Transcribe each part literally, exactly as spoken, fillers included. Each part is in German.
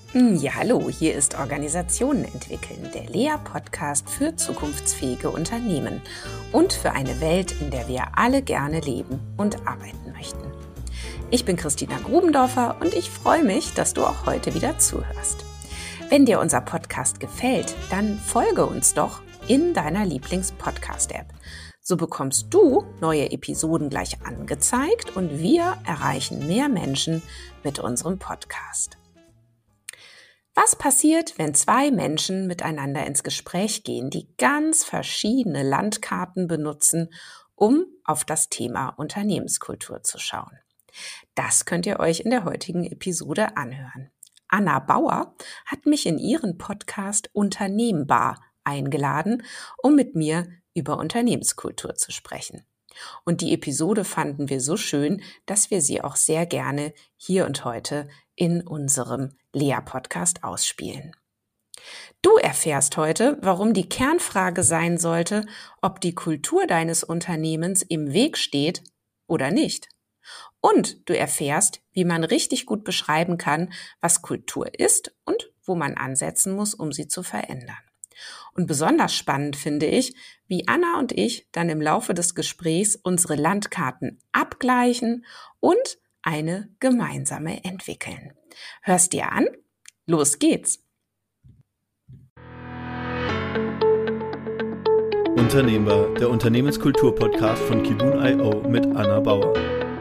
Ja, hallo, hier ist Organisationen entwickeln, der Lea Podcast für zukunftsfähige Unternehmen und für eine Welt, in der wir alle gerne leben und arbeiten möchten. Ich bin Christina Grubendorfer und ich freue mich, dass du auch heute wieder zuhörst. Wenn dir unser Podcast gefällt, dann folge uns doch in deiner Lieblings-Podcast-App. So bekommst du neue Episoden gleich angezeigt und wir erreichen mehr Menschen mit unserem Podcast. Was passiert, wenn zwei Menschen miteinander ins Gespräch gehen, die ganz verschiedene Landkarten benutzen, um auf das Thema Unternehmenskultur zu schauen? Das könnt ihr euch in der heutigen Episode anhören. Anna Bauer hat mich in ihren Podcast Unternehmbar eingeladen, um mit mir über Unternehmenskultur zu sprechen. Und die Episode fanden wir so schön, dass wir sie auch sehr gerne hier und heute in unserem Lea-Podcast ausspielen. Du erfährst heute, warum die Kernfrage sein sollte, ob die Kultur deines Unternehmens im Weg steht oder nicht. Und du erfährst, wie man richtig gut beschreiben kann, was Kultur ist und wo man ansetzen muss, um sie zu verändern. Und besonders spannend finde ich, wie Anna und ich dann im Laufe des Gesprächs unsere Landkarten abgleichen und eine gemeinsame entwickeln. Hörst dir an? Los geht's! Unternehmbar, der Unternehmenskultur-Podcast von Kibun Punkt i o mit Anna Bauer.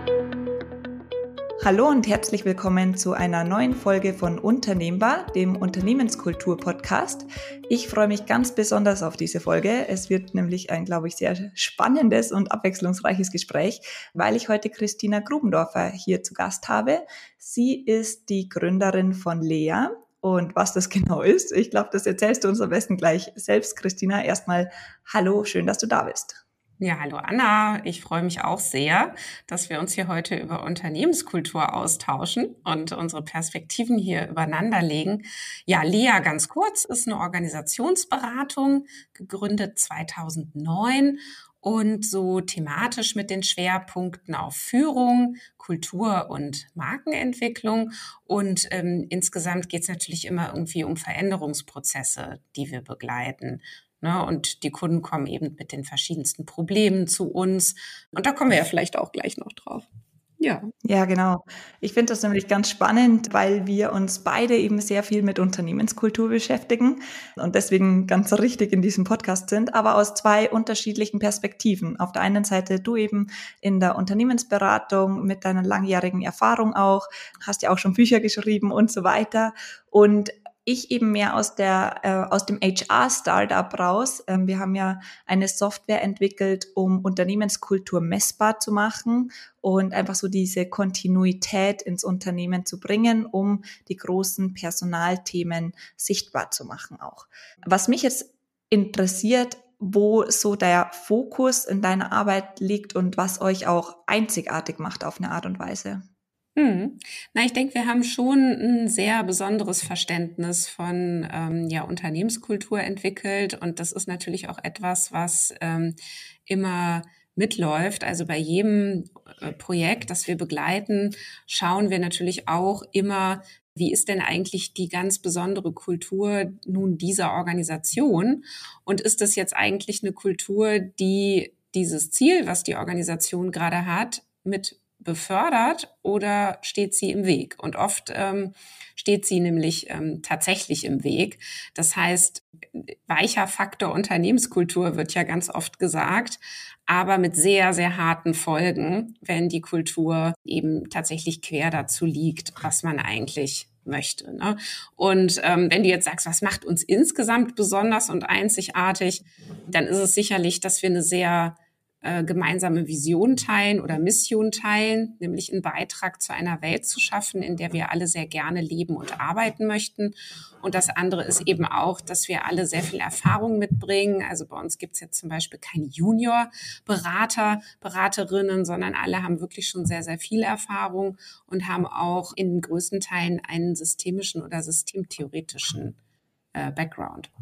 Hallo und herzlich willkommen zu einer neuen Folge von Unternehmbar, dem Unternehmenskultur-Podcast. Ich freue mich ganz besonders auf diese Folge. Es wird nämlich ein, glaube ich, sehr spannendes und abwechslungsreiches Gespräch, weil ich heute Christina Grubendorfer hier zu Gast habe. Sie ist die Gründerin von Lea. Und was das genau ist, ich glaube, das erzählst du uns am besten gleich selbst, Christina. Erstmal, hallo, schön, dass du da bist. Ja, hallo Anna. Ich freue mich auch sehr, dass wir uns hier heute über Unternehmenskultur austauschen und unsere Perspektiven hier übereinander legen. Ja, Lea ganz kurz ist eine Organisationsberatung, gegründet zweitausendneun und so thematisch mit den Schwerpunkten auf Führung, Kultur und Markenentwicklung. Und ähm, insgesamt geht es natürlich immer irgendwie um Veränderungsprozesse, die wir begleiten. Ne, und die Kunden kommen eben mit den verschiedensten Problemen zu uns. Und da kommen wir ja vielleicht auch gleich noch drauf. Ja. Ja, genau. Ich finde das nämlich ganz spannend, weil wir uns beide eben sehr viel mit Unternehmenskultur beschäftigen und deswegen ganz richtig in diesem Podcast sind, aber aus zwei unterschiedlichen Perspektiven. Auf der einen Seite du eben in der Unternehmensberatung mit deiner langjährigen Erfahrung auch, hast ja auch schon Bücher geschrieben und so weiter. Und ich eben mehr aus der äh, aus dem H R-Startup raus. Ähm, wir haben ja eine Software entwickelt, um Unternehmenskultur messbar zu machen und einfach so diese Kontinuität ins Unternehmen zu bringen, um die großen Personalthemen sichtbar zu machen auch. Was mich jetzt interessiert, wo so der Fokus in deiner Arbeit liegt und was euch auch einzigartig macht auf eine Art und Weise. Hm. Na, ich denke, wir haben schon ein sehr besonderes Verständnis von ähm, ja, Unternehmenskultur entwickelt. Und das ist natürlich auch etwas, was ähm, immer mitläuft. Also bei jedem äh, Projekt, das wir begleiten, schauen wir natürlich auch immer, wie ist denn eigentlich die ganz besondere Kultur nun dieser Organisation? Und ist das jetzt eigentlich eine Kultur, die dieses Ziel, was die Organisation gerade hat, mit befördert oder steht sie im Weg? Und oft ähm, steht sie nämlich ähm, tatsächlich im Weg. Das heißt, weicher Faktor Unternehmenskultur wird ja ganz oft gesagt, aber mit sehr, sehr harten Folgen, wenn die Kultur eben tatsächlich quer dazu liegt, was man eigentlich möchte. Ne? Und ähm, wenn du jetzt sagst, was macht uns insgesamt besonders und einzigartig, dann ist es sicherlich, dass wir eine sehr Äh, gemeinsame Vision teilen oder Mission teilen, nämlich einen Beitrag zu einer Welt zu schaffen, in der wir alle sehr gerne leben und arbeiten möchten. Und das andere ist eben auch, dass wir alle sehr viel Erfahrung mitbringen. Also bei uns gibt es jetzt zum Beispiel keine Junior-Berater, Beraterinnen, sondern alle haben wirklich schon sehr, sehr viel Erfahrung und haben auch in den größten Teilen einen systemischen oder systemtheoretischen äh, Background.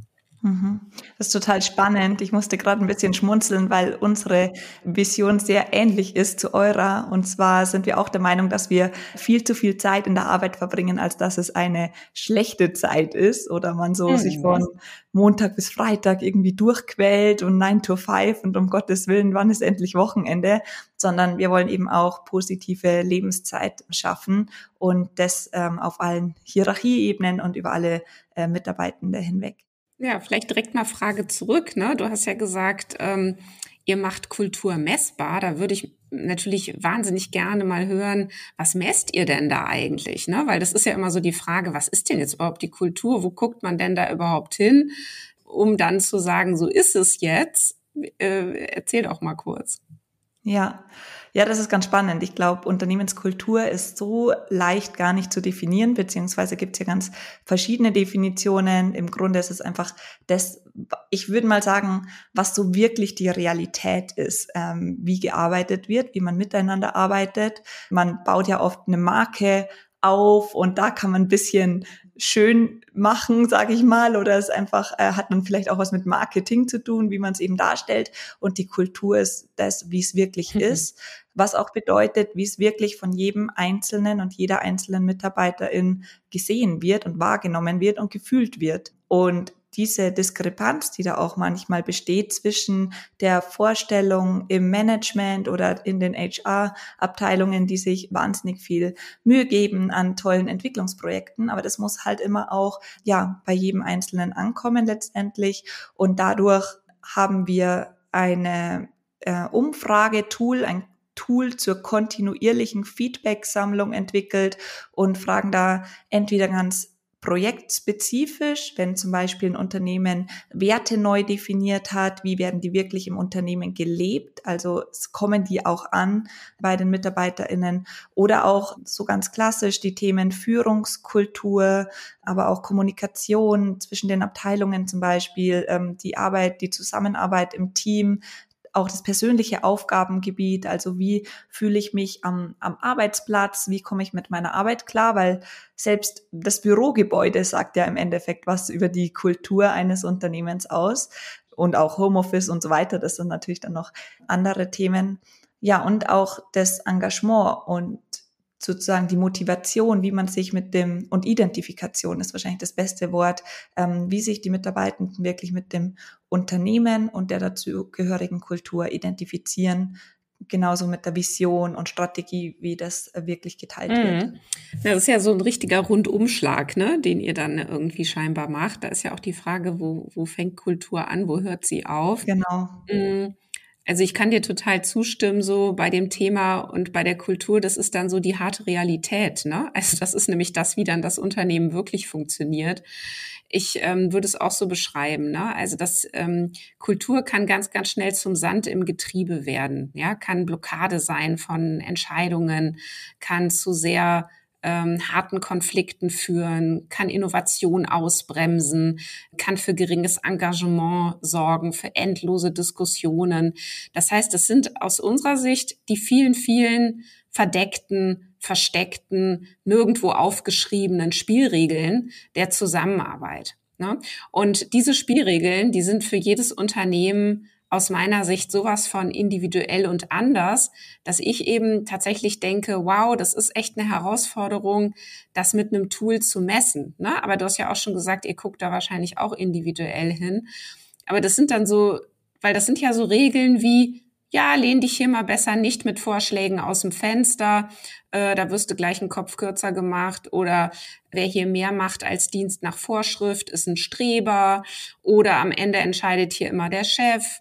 Mhm. Das ist total spannend. Ich musste gerade ein bisschen schmunzeln, weil unsere Vision sehr ähnlich ist zu eurer. Und zwar sind wir auch der Meinung, dass wir viel zu viel Zeit in der Arbeit verbringen, als dass es eine schlechte Zeit ist oder man so sich Mhm. von Montag bis Freitag irgendwie durchquält und nine to five und um Gottes Willen, wann ist endlich Wochenende? Sondern wir wollen eben auch positive Lebenszeit schaffen und das ähm, auf allen Hierarchieebenen und über alle äh, Mitarbeitende hinweg. Ja, vielleicht direkt mal Frage zurück, ne? Du hast ja gesagt, ähm, ihr macht Kultur messbar. Da würde ich natürlich wahnsinnig gerne mal hören, was messt ihr denn da eigentlich, ne? Weil das ist ja immer so die Frage, was ist denn jetzt überhaupt die Kultur? Wo guckt man denn da überhaupt hin, um dann zu sagen, so ist es jetzt? Äh, erzähl doch mal kurz. Ja, ja, das ist ganz spannend. Ich glaube, Unternehmenskultur ist so leicht gar nicht zu definieren, beziehungsweise gibt es ja ganz verschiedene Definitionen. Im Grunde ist es einfach das, ich würde mal sagen, was so wirklich die Realität ist, ähm, wie gearbeitet wird, wie man miteinander arbeitet. Man baut ja oft eine Marke auf und da kann man ein bisschen schön machen, sage ich mal, oder es einfach äh, hat man vielleicht auch was mit Marketing zu tun, wie man es eben darstellt, und die Kultur ist das, wie es wirklich Mhm. ist, was auch bedeutet, wie es wirklich von jedem Einzelnen und jeder einzelnen Mitarbeiterin gesehen wird und wahrgenommen wird und gefühlt wird. Und diese Diskrepanz, die da auch manchmal besteht zwischen der Vorstellung im Management oder in den H R-Abteilungen, die sich wahnsinnig viel Mühe geben an tollen Entwicklungsprojekten, aber das muss halt immer auch ja bei jedem Einzelnen ankommen letztendlich. Und dadurch haben wir eine äh, Umfragetool, ein Tool zur kontinuierlichen Feedback-Sammlung entwickelt und fragen da entweder ganz projektspezifisch, wenn zum Beispiel ein Unternehmen Werte neu definiert hat, wie werden die wirklich im Unternehmen gelebt, also kommen die auch an bei den MitarbeiterInnen, oder auch so ganz klassisch die Themen Führungskultur, aber auch Kommunikation zwischen den Abteilungen zum Beispiel, ähm, die Arbeit, die Zusammenarbeit im Team, auch das persönliche Aufgabengebiet, also wie fühle ich mich am, am Arbeitsplatz, wie komme ich mit meiner Arbeit klar, weil selbst das Bürogebäude sagt ja im Endeffekt was über die Kultur eines Unternehmens aus, und auch Homeoffice und so weiter, das sind natürlich dann noch andere Themen. Ja, und auch das Engagement und sozusagen die Motivation, wie man sich mit dem, und Identifikation ist wahrscheinlich das beste Wort, ähm, wie sich die Mitarbeitenden wirklich mit dem Unternehmen und der dazugehörigen Kultur identifizieren, genauso mit der Vision und Strategie, wie das wirklich geteilt wird. Mhm. Das ist ja so ein richtiger Rundumschlag, ne, den ihr dann irgendwie scheinbar macht. Da ist ja auch die Frage, wo, wo fängt Kultur an, wo hört sie auf? Genau. Mhm. Also ich kann dir total zustimmen, so bei dem Thema und bei der Kultur, das ist dann so die harte Realität, ne? Also das ist nämlich das, wie dann das Unternehmen wirklich funktioniert. Ich ähm, würde es auch so beschreiben, ne? Also das ähm, Kultur kann ganz, ganz schnell zum Sand im Getriebe werden, ja? Kann Blockade sein von Entscheidungen, kann zu sehr ähm, harten Konflikten führen, kann Innovation ausbremsen, kann für geringes Engagement sorgen, für endlose Diskussionen. Das heißt, es sind aus unserer Sicht die vielen, vielen verdeckten, versteckten, nirgendwo aufgeschriebenen Spielregeln der Zusammenarbeit, ne? Und diese Spielregeln, die sind für jedes Unternehmen aus meiner Sicht sowas von individuell und anders, dass ich eben tatsächlich denke, wow, das ist echt eine Herausforderung, das mit einem Tool zu messen, ne? Aber du hast ja auch schon gesagt, ihr guckt da wahrscheinlich auch individuell hin. Aber das sind dann so, weil das sind ja so Regeln wie, ja, lehn dich hier mal besser nicht mit Vorschlägen aus dem Fenster, äh, da wirst du gleich einen Kopf kürzer gemacht, oder wer hier mehr macht als Dienst nach Vorschrift, ist ein Streber, oder am Ende entscheidet hier immer der Chef,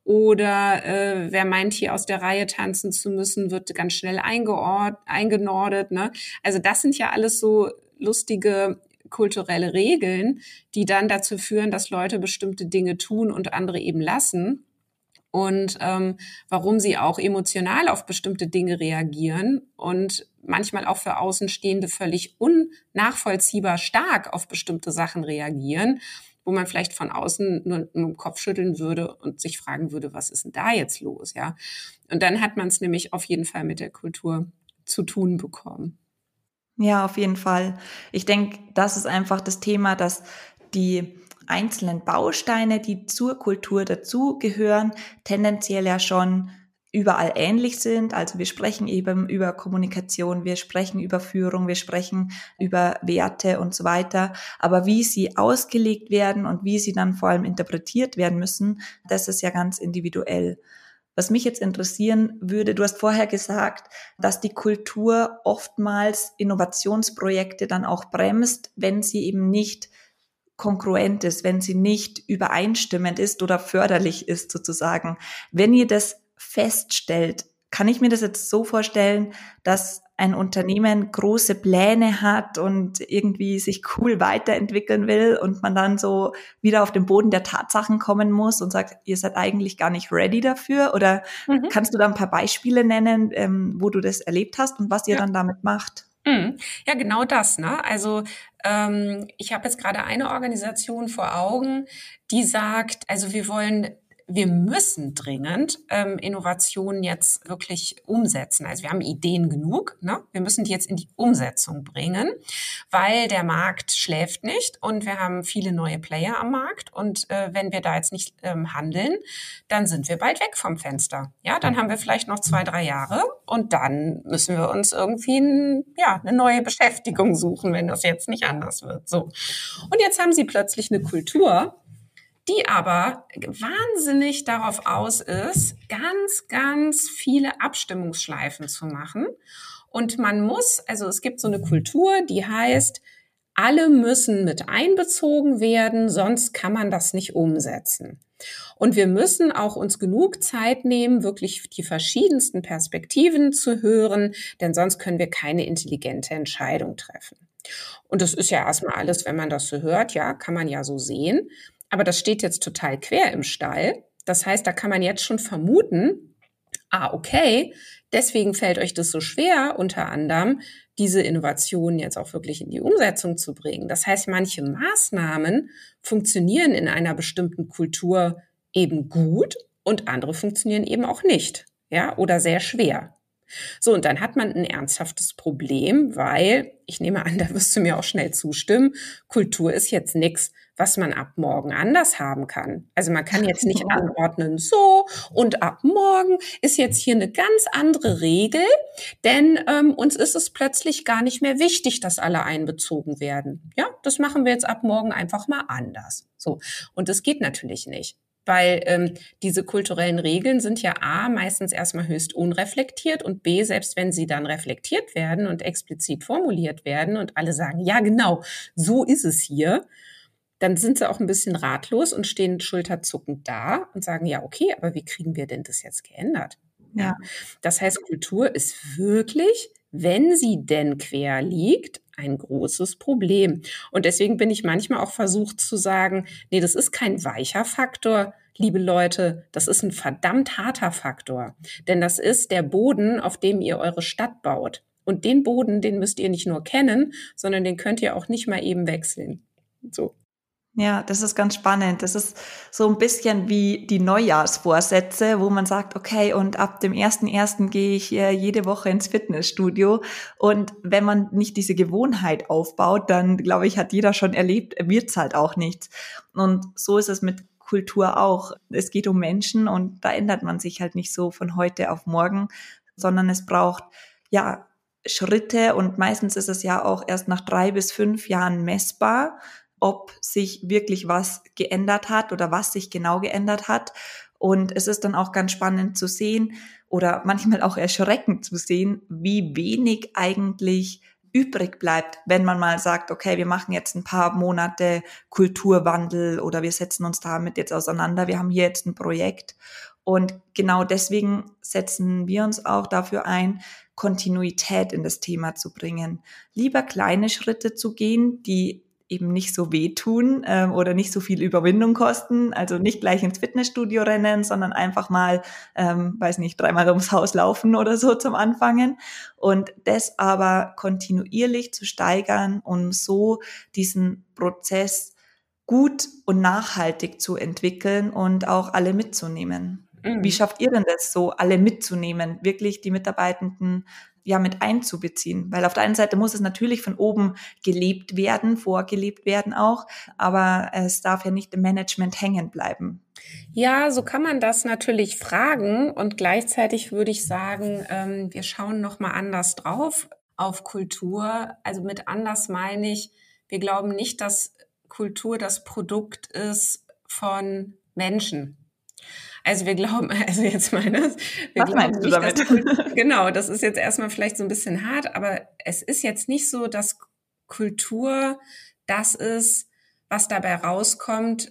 oder äh, wer meint, hier aus der Reihe tanzen zu müssen, wird ganz schnell eingeord- eingenordet, ne? Also das sind ja alles so lustige kulturelle Regeln, die dann dazu führen, dass Leute bestimmte Dinge tun und andere eben lassen. Und ähm, warum sie auch emotional auf bestimmte Dinge reagieren und manchmal auch für Außenstehende völlig unnachvollziehbar stark auf bestimmte Sachen reagieren, wo man vielleicht von außen nur mit dem Kopf schütteln würde und sich fragen würde, was ist denn da jetzt los, ja? Und dann hat man es nämlich auf jeden Fall mit der Kultur zu tun bekommen. Ja, auf jeden Fall. Ich denke, das ist einfach das Thema, dass die einzelnen Bausteine, die zur Kultur dazugehören, tendenziell ja schon überall ähnlich sind. Also wir sprechen eben über Kommunikation, wir sprechen über Führung, wir sprechen über Werte und so weiter. Aber wie sie ausgelegt werden und wie sie dann vor allem interpretiert werden müssen, das ist ja ganz individuell. Was mich jetzt interessieren würde, du hast vorher gesagt, dass die Kultur oftmals Innovationsprojekte dann auch bremst, wenn sie eben nicht kongruent ist, wenn sie nicht übereinstimmend ist oder förderlich ist sozusagen. Wenn ihr das feststellt, kann ich mir das jetzt so vorstellen, dass ein Unternehmen große Pläne hat und irgendwie sich cool weiterentwickeln will und man dann so wieder auf den Boden der Tatsachen kommen muss und sagt, ihr seid eigentlich gar nicht ready dafür? Oder mhm. kannst du da ein paar Beispiele nennen, ähm, wo du das erlebt hast und was ihr ja. dann damit macht? Ja, genau das, ne? Also ähm, ich habe jetzt gerade eine Organisation vor Augen, die sagt, also wir wollen Wir müssen dringend ähm, Innovationen jetzt wirklich umsetzen. Also wir haben Ideen genug, ne? Wir müssen die jetzt in die Umsetzung bringen, weil der Markt schläft nicht und wir haben viele neue Player am Markt. Und äh, wenn wir da jetzt nicht ähm, handeln, dann sind wir bald weg vom Fenster. Ja, dann haben wir vielleicht noch zwei, drei Jahre und dann müssen wir uns irgendwie ein, ja, eine neue Beschäftigung suchen, wenn das jetzt nicht anders wird. So. Und jetzt haben sie plötzlich eine Kultur, die aber wahnsinnig darauf aus ist, ganz, ganz viele Abstimmungsschleifen zu machen. Und man muss, also es gibt so eine Kultur, die heißt, alle müssen mit einbezogen werden, sonst kann man das nicht umsetzen. Und wir müssen auch uns genug Zeit nehmen, wirklich die verschiedensten Perspektiven zu hören, denn sonst können wir keine intelligente Entscheidung treffen. Und das ist ja erstmal alles, wenn man das so hört, ja, kann man ja so sehen. Aber das steht jetzt total quer im Stall. Das heißt, da kann man jetzt schon vermuten, ah, okay, deswegen fällt euch das so schwer, unter anderem diese Innovationen jetzt auch wirklich in die Umsetzung zu bringen. Das heißt, manche Maßnahmen funktionieren in einer bestimmten Kultur eben gut und andere funktionieren eben auch nicht, ja, oder sehr schwer. So, und dann hat man ein ernsthaftes Problem, weil, ich nehme an, da wirst du mir auch schnell zustimmen, Kultur ist jetzt nichts, was man ab morgen anders haben kann. Also man kann jetzt nicht anordnen, so, und ab morgen ist jetzt hier eine ganz andere Regel, denn ähm, uns ist es plötzlich gar nicht mehr wichtig, dass alle einbezogen werden. Ja, das machen wir jetzt ab morgen einfach mal anders. So, und das geht natürlich nicht. Weil ähm, diese kulturellen Regeln sind ja A, meistens erstmal höchst unreflektiert und B, selbst wenn sie dann reflektiert werden und explizit formuliert werden und alle sagen, ja genau, so ist es hier, dann sind sie auch ein bisschen ratlos und stehen schulterzuckend da und sagen, ja okay, aber wie kriegen wir denn das jetzt geändert? Ja. Das heißt, Kultur ist wirklich, wenn sie denn quer liegt, ein großes Problem. Und deswegen bin ich manchmal auch versucht zu sagen, nee, das ist kein weicher Faktor, liebe Leute, das ist ein verdammt harter Faktor. Denn das ist der Boden, auf dem ihr eure Stadt baut. Und den Boden, den müsst ihr nicht nur kennen, sondern den könnt ihr auch nicht mal eben wechseln. So. Ja, das ist ganz spannend. Das ist so ein bisschen wie die Neujahrsvorsätze, wo man sagt, okay, und ab dem ersten ersten gehe ich jede Woche ins Fitnessstudio. Und wenn man nicht diese Gewohnheit aufbaut, dann, glaube ich, hat jeder schon erlebt, wird's halt auch nichts. Und so ist es mit Kultur auch. Es geht um Menschen und da ändert man sich halt nicht so von heute auf morgen, sondern es braucht, ja, Schritte und meistens ist es ja auch erst nach drei bis fünf Jahren messbar, ob sich wirklich was geändert hat oder was sich genau geändert hat. Und es ist dann auch ganz spannend zu sehen oder manchmal auch erschreckend zu sehen, wie wenig eigentlich übrig bleibt, wenn man mal sagt, okay, wir machen jetzt ein paar Monate Kulturwandel oder wir setzen uns damit jetzt auseinander, wir haben hier jetzt ein Projekt. Und genau deswegen setzen wir uns auch dafür ein, Kontinuität in das Thema zu bringen. Lieber kleine Schritte zu gehen, die eben nicht so wehtun ähm, oder nicht so viel Überwindung kosten. Also nicht gleich ins Fitnessstudio rennen, sondern einfach mal, ähm, weiß nicht, dreimal ums Haus laufen oder so zum Anfangen. Und das aber kontinuierlich zu steigern, um so diesen Prozess gut und nachhaltig zu entwickeln und auch alle mitzunehmen. Mhm. Wie schafft ihr denn das so, alle mitzunehmen, wirklich die Mitarbeitenden ja mit einzubeziehen? Weil auf der einen Seite muss es natürlich von oben gelebt werden, vorgelebt werden auch, aber es darf ja nicht im Management hängen bleiben. Ja, so kann man das natürlich fragen und gleichzeitig würde ich sagen, ähm, wir schauen nochmal anders drauf auf Kultur. Also mit anders meine ich, wir glauben nicht, dass Kultur das Produkt ist von Menschen. Also wir glauben, also jetzt mal, ne, wir Was glauben meinst du nicht, damit? dass Kultur, genau, das ist jetzt erstmal vielleicht so ein bisschen hart, aber es ist jetzt nicht so, dass Kultur das ist, was dabei rauskommt,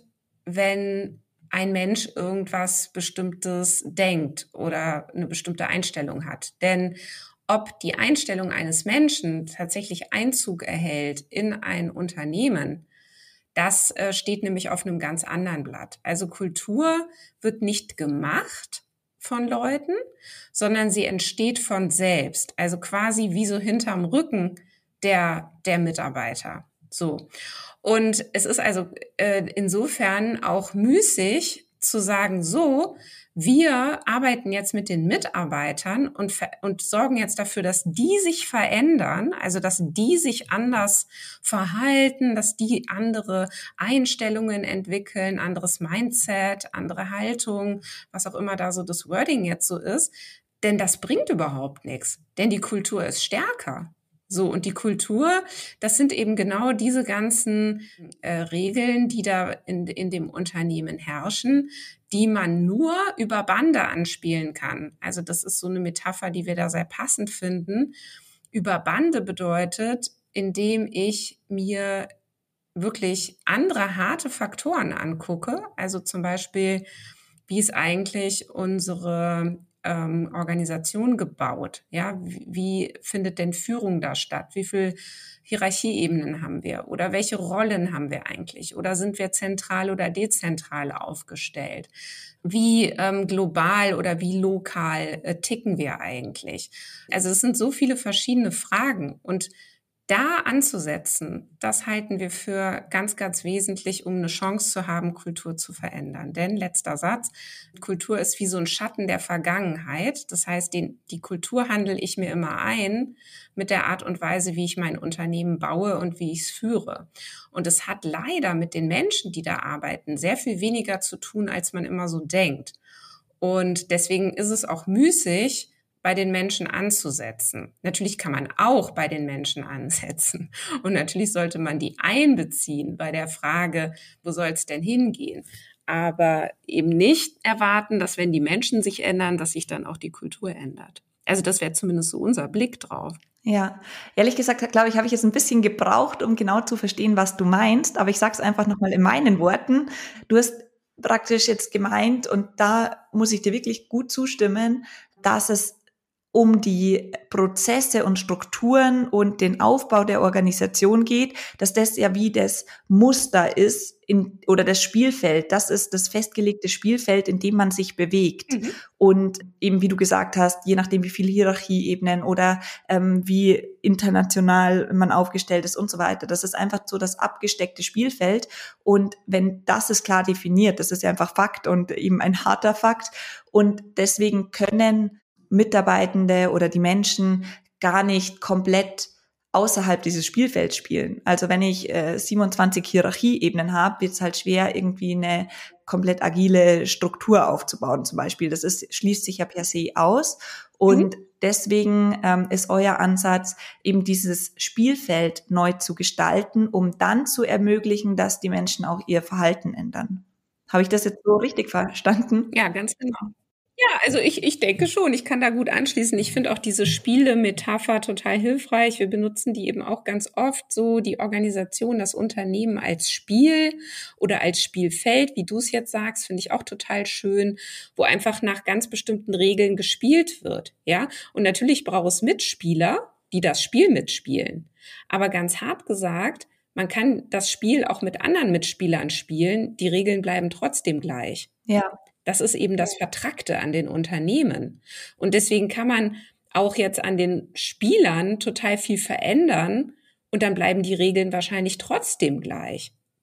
wenn ein Mensch irgendwas Bestimmtes denkt oder eine bestimmte Einstellung hat. Denn ob die Einstellung eines Menschen tatsächlich Einzug erhält in ein Unternehmen, das äh, steht nämlich auf einem ganz anderen Blatt. Also Kultur wird nicht gemacht von Leuten, sondern sie entsteht von selbst. Also quasi wie so hinterm Rücken der, der Mitarbeiter. So. Und es ist also äh, insofern auch müßig zu sagen, so, wir arbeiten jetzt mit den Mitarbeitern und, und sorgen jetzt dafür, dass die sich verändern, also dass die sich anders verhalten, dass die andere Einstellungen entwickeln, anderes Mindset, andere Haltung, was auch immer da so das Wording jetzt so ist. Denn das bringt überhaupt nichts, denn die Kultur ist stärker. So, und die Kultur, das sind eben genau diese ganzen äh, Regeln, die da in, in dem Unternehmen herrschen, die man nur über Bande anspielen kann. Also das ist so eine Metapher, die wir da sehr passend finden. Über Bande bedeutet, indem ich mir wirklich andere harte Faktoren angucke, also zum Beispiel, wie ist eigentlich unsere ähm, Organisation gebaut? Ja, wie, wie findet denn Führung da statt? Wie viel Hierarchieebenen haben wir? Oder welche Rollen haben wir eigentlich? Oder sind wir zentral oder dezentral aufgestellt? Wie ähm, global oder wie lokal äh, ticken wir eigentlich? Also es sind so viele verschiedene Fragen und da anzusetzen, das halten wir für ganz, ganz wesentlich, um eine Chance zu haben, Kultur zu verändern. Denn, letzter Satz, Kultur ist wie so ein Schatten der Vergangenheit. Das heißt, den, die Kultur handle ich mir immer ein mit der Art und Weise, wie ich mein Unternehmen baue und wie ich es führe. Und es hat leider mit den Menschen, die da arbeiten, sehr viel weniger zu tun, als man immer so denkt. Und deswegen ist es auch müßig, bei den Menschen anzusetzen. Natürlich kann man auch bei den Menschen ansetzen. Und natürlich sollte man die einbeziehen bei der Frage, wo soll es denn hingehen? Aber eben nicht erwarten, dass wenn die Menschen sich ändern, dass sich dann auch die Kultur ändert. Also das wäre zumindest so unser Blick drauf. Ja, ehrlich gesagt, glaube ich, habe ich jetzt ein bisschen gebraucht, um genau zu verstehen, was du meinst. Aber ich sage es einfach nochmal in meinen Worten. Du hast praktisch jetzt gemeint, und da muss ich dir wirklich gut zustimmen, dass es um die Prozesse und Strukturen und den Aufbau der Organisation geht, dass das ja wie das Muster ist in, oder das Spielfeld. Das ist das festgelegte Spielfeld, in dem man sich bewegt. Mhm. Und eben, wie du gesagt hast, je nachdem, wie viele Hierarchieebenen oder ähm, wie international man aufgestellt ist und so weiter. Das ist einfach so das abgesteckte Spielfeld. Und wenn das ist klar definiert, das ist ja einfach Fakt und eben ein harter Fakt. Und deswegen können Mitarbeitende oder die Menschen gar nicht komplett außerhalb dieses Spielfelds spielen. Also wenn ich äh, siebenundzwanzig Hierarchieebenen habe, wird es halt schwer, irgendwie eine komplett agile Struktur aufzubauen zum Beispiel. Das ist, schließt sich ja per se aus. Und mhm. deswegen ähm, ist euer Ansatz, eben dieses Spielfeld neu zu gestalten, um dann zu ermöglichen, dass die Menschen auch ihr Verhalten ändern. Habe ich das jetzt so richtig verstanden? Ja, ganz genau. Ja, also ich, ich denke schon, ich kann da gut anschließen. Ich finde auch diese Spiele-Metapher total hilfreich. Wir benutzen die eben auch ganz oft so, die Organisation, das Unternehmen als Spiel oder als Spielfeld, wie du es jetzt sagst, finde ich auch total schön, wo einfach nach ganz bestimmten Regeln gespielt wird, ja. Und natürlich braucht es Mitspieler, die das Spiel mitspielen. Aber ganz hart gesagt, man kann das Spiel auch mit anderen Mitspielern spielen. Die Regeln bleiben trotzdem gleich. Ja. Das ist eben das Vertrackte an den Unternehmen. Und deswegen kann man auch jetzt an den Spielern total viel verändern und dann bleiben die Regeln wahrscheinlich trotzdem gleich.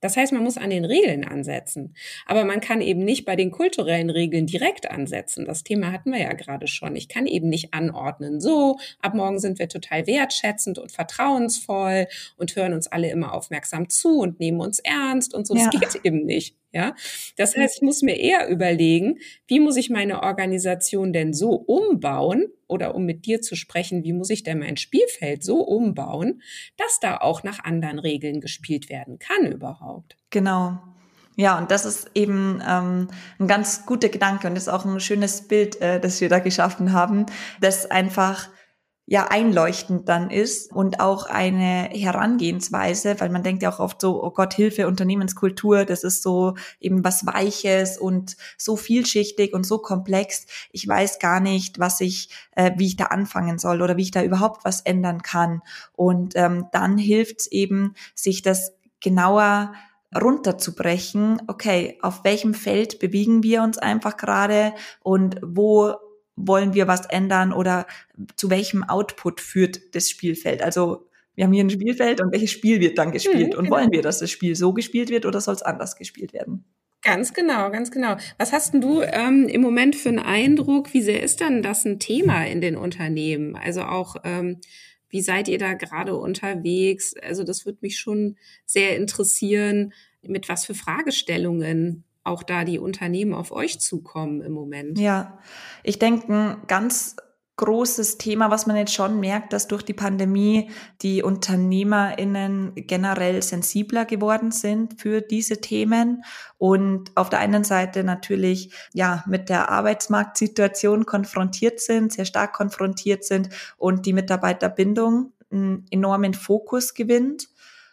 Das heißt, man muss an den Regeln ansetzen. Aber man kann eben nicht bei den kulturellen Regeln direkt ansetzen. Das Thema hatten wir ja gerade schon. Ich kann eben nicht anordnen, so, ab morgen sind wir total wertschätzend und vertrauensvoll und hören uns alle immer aufmerksam zu und nehmen uns ernst und so. Das Ja. geht eben nicht. Ja, das heißt, ich muss mir eher überlegen, wie muss ich meine Organisation denn so umbauen, oder um mit dir zu sprechen, wie muss ich denn mein Spielfeld so umbauen, dass da auch nach anderen Regeln gespielt werden kann überhaupt. Genau. Ja, und das ist eben ähm, ein ganz guter Gedanke und ist auch ein schönes Bild, äh, das wir da geschaffen haben, das einfach ja einleuchtend dann ist und auch eine Herangehensweise, weil man denkt ja auch oft so, oh Gott, Hilfe, Unternehmenskultur, das ist so eben was Weiches und so vielschichtig und so komplex. Ich weiß gar nicht, was ich, äh, wie ich da anfangen soll oder wie ich da überhaupt was ändern kann. Und ähm, dann hilft es eben, sich das genauer runterzubrechen. Okay, auf welchem Feld bewegen wir uns einfach gerade und wo wollen wir was ändern oder zu welchem Output führt das Spielfeld? Also wir haben hier ein Spielfeld und welches Spiel wird dann gespielt? Hm, und genau. wollen wir, dass das Spiel so gespielt wird oder soll es anders gespielt werden? Ganz genau, ganz genau. Was hast denn du ähm, im Moment für einen Eindruck? Wie sehr ist dann das ein Thema in den Unternehmen? Also auch, ähm, wie seid ihr da gerade unterwegs? Also das würde mich schon sehr interessieren, mit was für Fragestellungen auch da die Unternehmen auf euch zukommen im Moment. Ja, ich denke, ein ganz großes Thema, was man jetzt schon merkt, dass durch die Pandemie die UnternehmerInnen generell sensibler geworden sind für diese Themen und auf der einen Seite natürlich ja mit der Arbeitsmarktsituation konfrontiert sind, sehr stark konfrontiert sind und die Mitarbeiterbindung einen enormen Fokus gewinnt.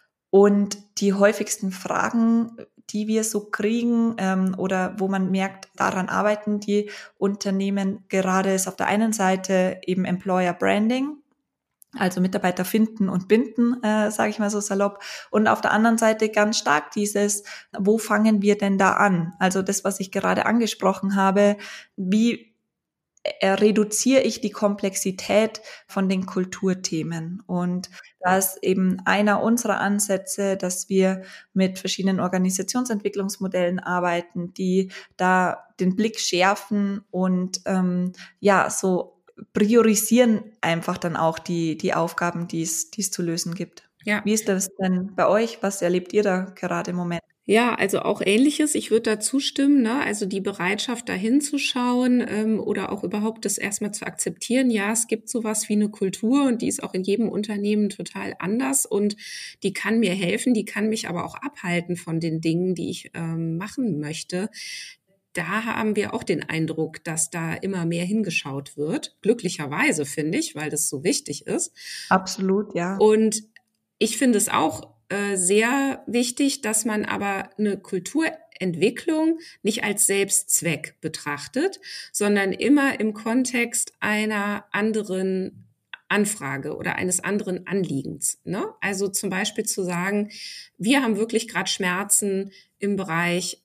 Und die häufigsten Fragen, die wir so kriegen ähm, oder wo man merkt, daran arbeiten die Unternehmen gerade, ist auf der einen Seite eben Employer Branding, also Mitarbeiter finden und binden, äh, sage ich mal so salopp. Und auf der anderen Seite ganz stark dieses, wo fangen wir denn da an? Also das, was ich gerade angesprochen habe, wie reduziere ich die Komplexität von den Kulturthemen. Und da ist eben einer unserer Ansätze, dass wir mit verschiedenen Organisationsentwicklungsmodellen arbeiten, die da den Blick schärfen und ähm, ja, so priorisieren einfach dann auch die, die Aufgaben, die es, die es zu lösen gibt. Ja. Wie ist das denn bei euch? Was erlebt ihr da gerade im Moment? Ja, also auch Ähnliches. Ich würde da zustimmen, ne? Also die Bereitschaft, da hinzuschauen ähm, oder auch überhaupt das erstmal zu akzeptieren. Ja, es gibt sowas wie eine Kultur und die ist auch in jedem Unternehmen total anders und die kann mir helfen, die kann mich aber auch abhalten von den Dingen, die ich ähm, machen möchte. Da haben wir auch den Eindruck, dass da immer mehr hingeschaut wird. Glücklicherweise, finde ich, weil das so wichtig ist. Absolut, ja. Und ich finde es auch sehr wichtig, dass man aber eine Kulturentwicklung nicht als Selbstzweck betrachtet, sondern immer im Kontext einer anderen Anfrage oder eines anderen Anliegens. Ne? Also zum Beispiel zu sagen, wir haben wirklich gerade Schmerzen im Bereich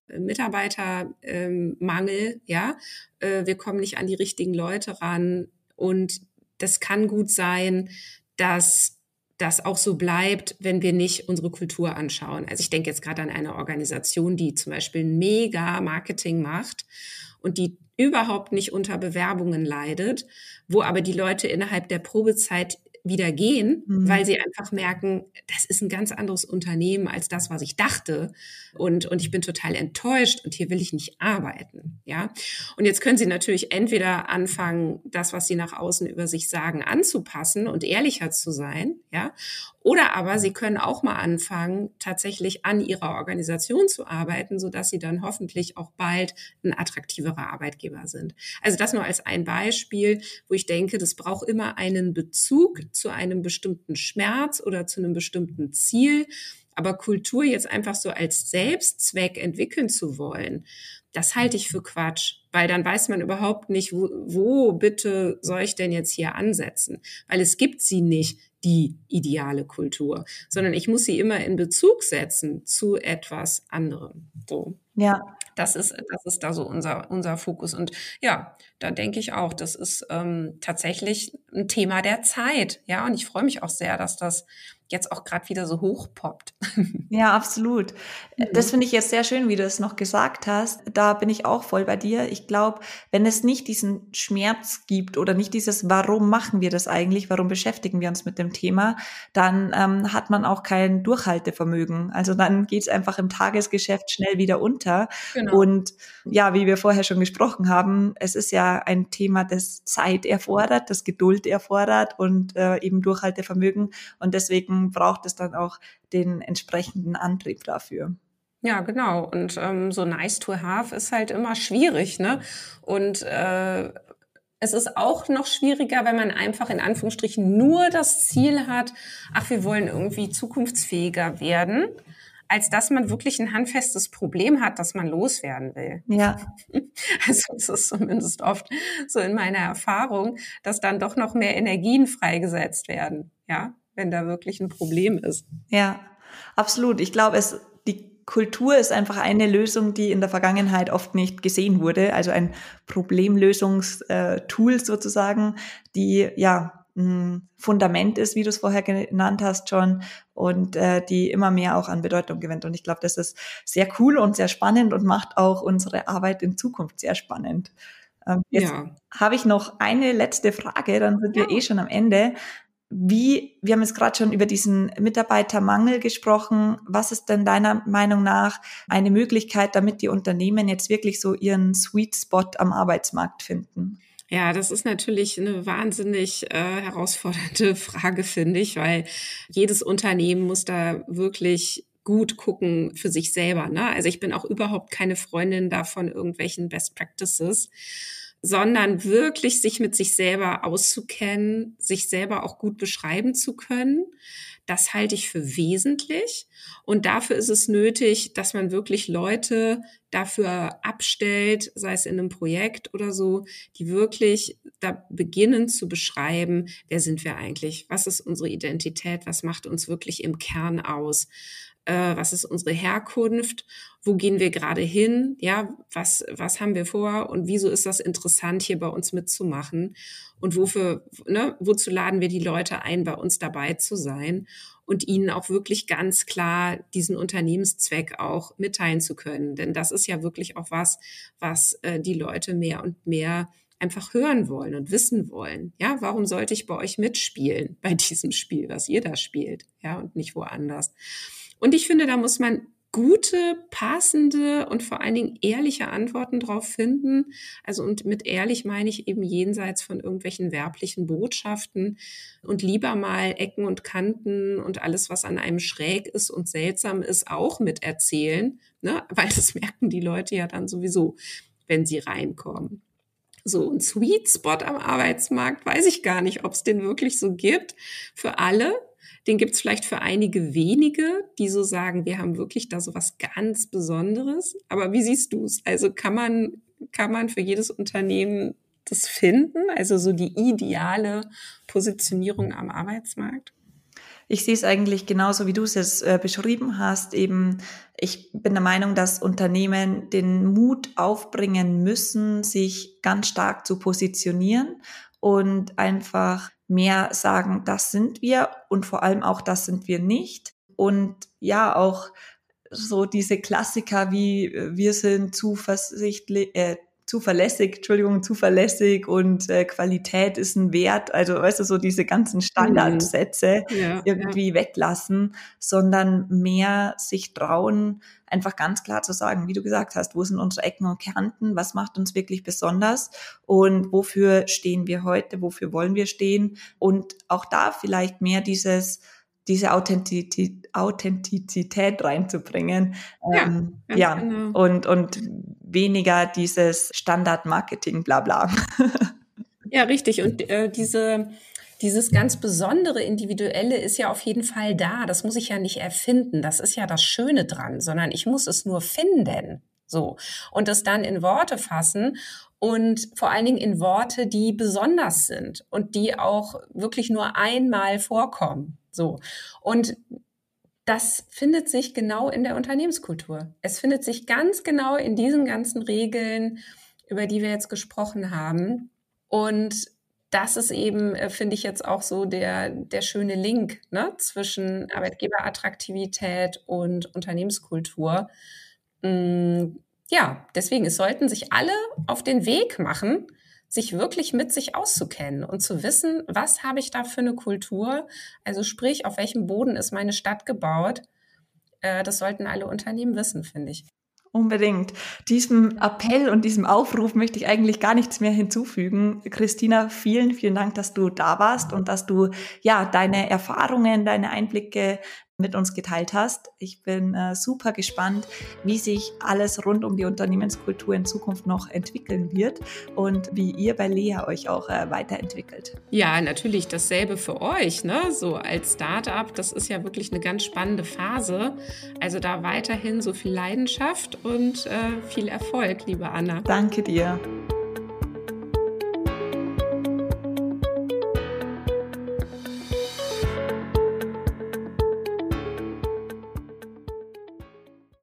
Mitarbeitermangel, ja, wir kommen nicht an die richtigen Leute ran und das kann gut sein, dass das auch so bleibt, wenn wir nicht unsere Kultur anschauen. Also ich denke jetzt gerade an eine Organisation, die zum Beispiel ein mega Marketing macht und die überhaupt nicht unter Bewerbungen leidet, wo aber die Leute innerhalb der Probezeit wieder gehen, mhm. weil sie einfach merken, das ist ein ganz anderes Unternehmen als das, was ich dachte. Und, und ich bin total enttäuscht und hier will ich nicht arbeiten. Ja. Und jetzt können sie natürlich entweder anfangen, das, was sie nach außen über sich sagen, anzupassen und ehrlicher zu sein. Ja. Oder aber sie können auch mal anfangen, tatsächlich an ihrer Organisation zu arbeiten, sodass sie dann hoffentlich auch bald ein attraktiverer Arbeitgeber sind. Also das nur als ein Beispiel, wo ich denke, das braucht immer einen Bezug zu einem bestimmten Schmerz oder zu einem bestimmten Ziel. Aber Kultur jetzt einfach so als Selbstzweck entwickeln zu wollen, das halte ich für Quatsch, weil dann weiß man überhaupt nicht, wo, wo bitte soll ich denn jetzt hier ansetzen? Weil es gibt sie nicht, die ideale Kultur, sondern ich muss sie immer in Bezug setzen zu etwas anderem. So. Ja. Das ist, das ist da so unser, unser Fokus. Und ja, da denke ich auch, das ist ähm, tatsächlich ein Thema der Zeit. Ja, und ich freue mich auch sehr, dass das jetzt auch gerade wieder so hochpoppt. Ja, absolut. Das finde ich jetzt sehr schön, wie du es noch gesagt hast. Da bin ich auch voll bei dir. Ich glaube, wenn es nicht diesen Schmerz gibt oder nicht dieses, warum machen wir das eigentlich, warum beschäftigen wir uns mit dem Thema, dann ähm, hat man auch kein Durchhaltevermögen. Also dann geht es einfach im Tagesgeschäft schnell wieder unter. Genau. Und ja, wie wir vorher schon gesprochen haben, es ist ja ein Thema, das Zeit erfordert, das Geduld erfordert und äh, eben Durchhaltevermögen. Und deswegen braucht es dann auch den entsprechenden Antrieb dafür. Ja, genau. Und ähm, so nice to have ist halt immer schwierig, ne? Und äh, es ist auch noch schwieriger, wenn man einfach in Anführungsstrichen nur das Ziel hat, ach, wir wollen irgendwie zukunftsfähiger werden, als dass man wirklich ein handfestes Problem hat, das man loswerden will. Ja. Also es ist zumindest oft so in meiner Erfahrung, dass dann doch noch mehr Energien freigesetzt werden, ja, wenn da wirklich ein Problem ist. Ja, absolut. Ich glaube, es die Kultur ist einfach eine Lösung, die in der Vergangenheit oft nicht gesehen wurde. Also ein Problemlösungstool sozusagen, die ja ein Fundament ist, wie du es vorher genannt hast, John, und äh, die immer mehr auch an Bedeutung gewinnt. Und ich glaube, das ist sehr cool und sehr spannend und macht auch unsere Arbeit in Zukunft sehr spannend. Ähm, jetzt Ja. habe ich noch eine letzte Frage, dann sind wir Ja. eh schon am Ende. Wie, wir haben jetzt gerade schon über diesen Mitarbeitermangel gesprochen. Was ist denn deiner Meinung nach eine Möglichkeit, damit die Unternehmen jetzt wirklich so ihren Sweet Spot am Arbeitsmarkt finden? Ja, das ist natürlich eine wahnsinnig äh, herausfordernde Frage, finde ich, weil jedes Unternehmen muss da wirklich gut gucken für sich selber, ne? Also ich bin auch überhaupt keine Freundin davon irgendwelchen Best Practices, sondern wirklich sich mit sich selber auszukennen, sich selber auch gut beschreiben zu können. Das halte ich für wesentlich. Und dafür ist es nötig, dass man wirklich Leute dafür abstellt, sei es in einem Projekt oder so, die wirklich da beginnen zu beschreiben, wer sind wir eigentlich? Was ist unsere Identität? Was macht uns wirklich im Kern aus? Äh, was ist unsere Herkunft? Wo gehen wir gerade hin? Ja, was, was haben wir vor? Und wieso ist das interessant, hier bei uns mitzumachen? Und wofür, ne, wozu laden wir die Leute ein, bei uns dabei zu sein und ihnen auch wirklich ganz klar diesen Unternehmenszweck auch mitteilen zu können? Denn das ist ja wirklich auch was, was äh, die Leute mehr und mehr einfach hören wollen und wissen wollen. Ja, warum sollte ich bei euch mitspielen, bei diesem Spiel, was ihr da spielt? Ja, und nicht woanders. Und ich finde, da muss man gute, passende und vor allen Dingen ehrliche Antworten drauf finden. Also und mit ehrlich meine ich eben jenseits von irgendwelchen werblichen Botschaften und lieber mal Ecken und Kanten und alles, was an einem schräg ist und seltsam ist, auch miterzählen, ne? Weil das merken die Leute ja dann sowieso, wenn sie reinkommen. So ein Sweet Spot am Arbeitsmarkt, weiß ich gar nicht, ob es den wirklich so gibt für alle. Den gibt es vielleicht für einige wenige, die so sagen, wir haben wirklich da so was ganz Besonderes. Aber wie siehst du es? Also kann man, kann man für jedes Unternehmen das finden? Also so die ideale Positionierung am Arbeitsmarkt? Ich sehe es eigentlich genauso, wie du es jetzt äh, beschrieben hast. Eben, ich bin der Meinung, dass Unternehmen den Mut aufbringen müssen, sich ganz stark zu positionieren und einfach mehr sagen, das sind wir und vor allem auch, das sind wir nicht. Und ja, auch so diese Klassiker wie wir sind zuversichtlich, äh, zuverlässig, Entschuldigung, zuverlässig und äh, Qualität ist ein Wert, also weißt du, so diese ganzen Standardsätze mhm. ja, irgendwie ja. weglassen, sondern mehr sich trauen, einfach ganz klar zu sagen, wie du gesagt hast, wo sind unsere Ecken und Kanten, was macht uns wirklich besonders und wofür stehen wir heute, wofür wollen wir stehen und auch da vielleicht mehr dieses diese Authentizität, Authentizität reinzubringen. Ja, ähm, ja genau. und, und weniger dieses Standard-Marketing, bla bla. Ja, richtig. Und äh, diese, dieses ganz besondere Individuelle ist ja auf jeden Fall da. Das muss ich ja nicht erfinden. Das ist ja das Schöne dran, sondern ich muss es nur finden. So. Und es dann in Worte fassen und vor allen Dingen in Worte, die besonders sind und die auch wirklich nur einmal vorkommen. So. Und das findet sich genau in der Unternehmenskultur. Es findet sich ganz genau in diesen ganzen Regeln, über die wir jetzt gesprochen haben. Und das ist eben, äh, finde ich jetzt auch so der, der schöne Link, ne, zwischen Arbeitgeberattraktivität und Unternehmenskultur. Mm, ja, deswegen, es sollten sich alle auf den Weg machen, sich wirklich mit sich auszukennen und zu wissen, was habe ich da für eine Kultur, also sprich, auf welchem Boden ist meine Stadt gebaut. Äh, das sollten alle Unternehmen wissen, finde ich. Unbedingt. Diesem Appell und diesem Aufruf möchte ich eigentlich gar nichts mehr hinzufügen. Christina, vielen, vielen Dank, dass du da warst und dass du ja deine Erfahrungen, deine Einblicke mit uns geteilt hast. Ich bin äh, super gespannt, wie sich alles rund um die Unternehmenskultur in Zukunft noch entwickeln wird und wie ihr bei Lea euch auch äh, weiterentwickelt. Ja, natürlich dasselbe für euch, ne? So als Startup, das ist ja wirklich eine ganz spannende Phase. Also da weiterhin so viel Leidenschaft und äh, viel Erfolg, liebe Anna. Danke dir.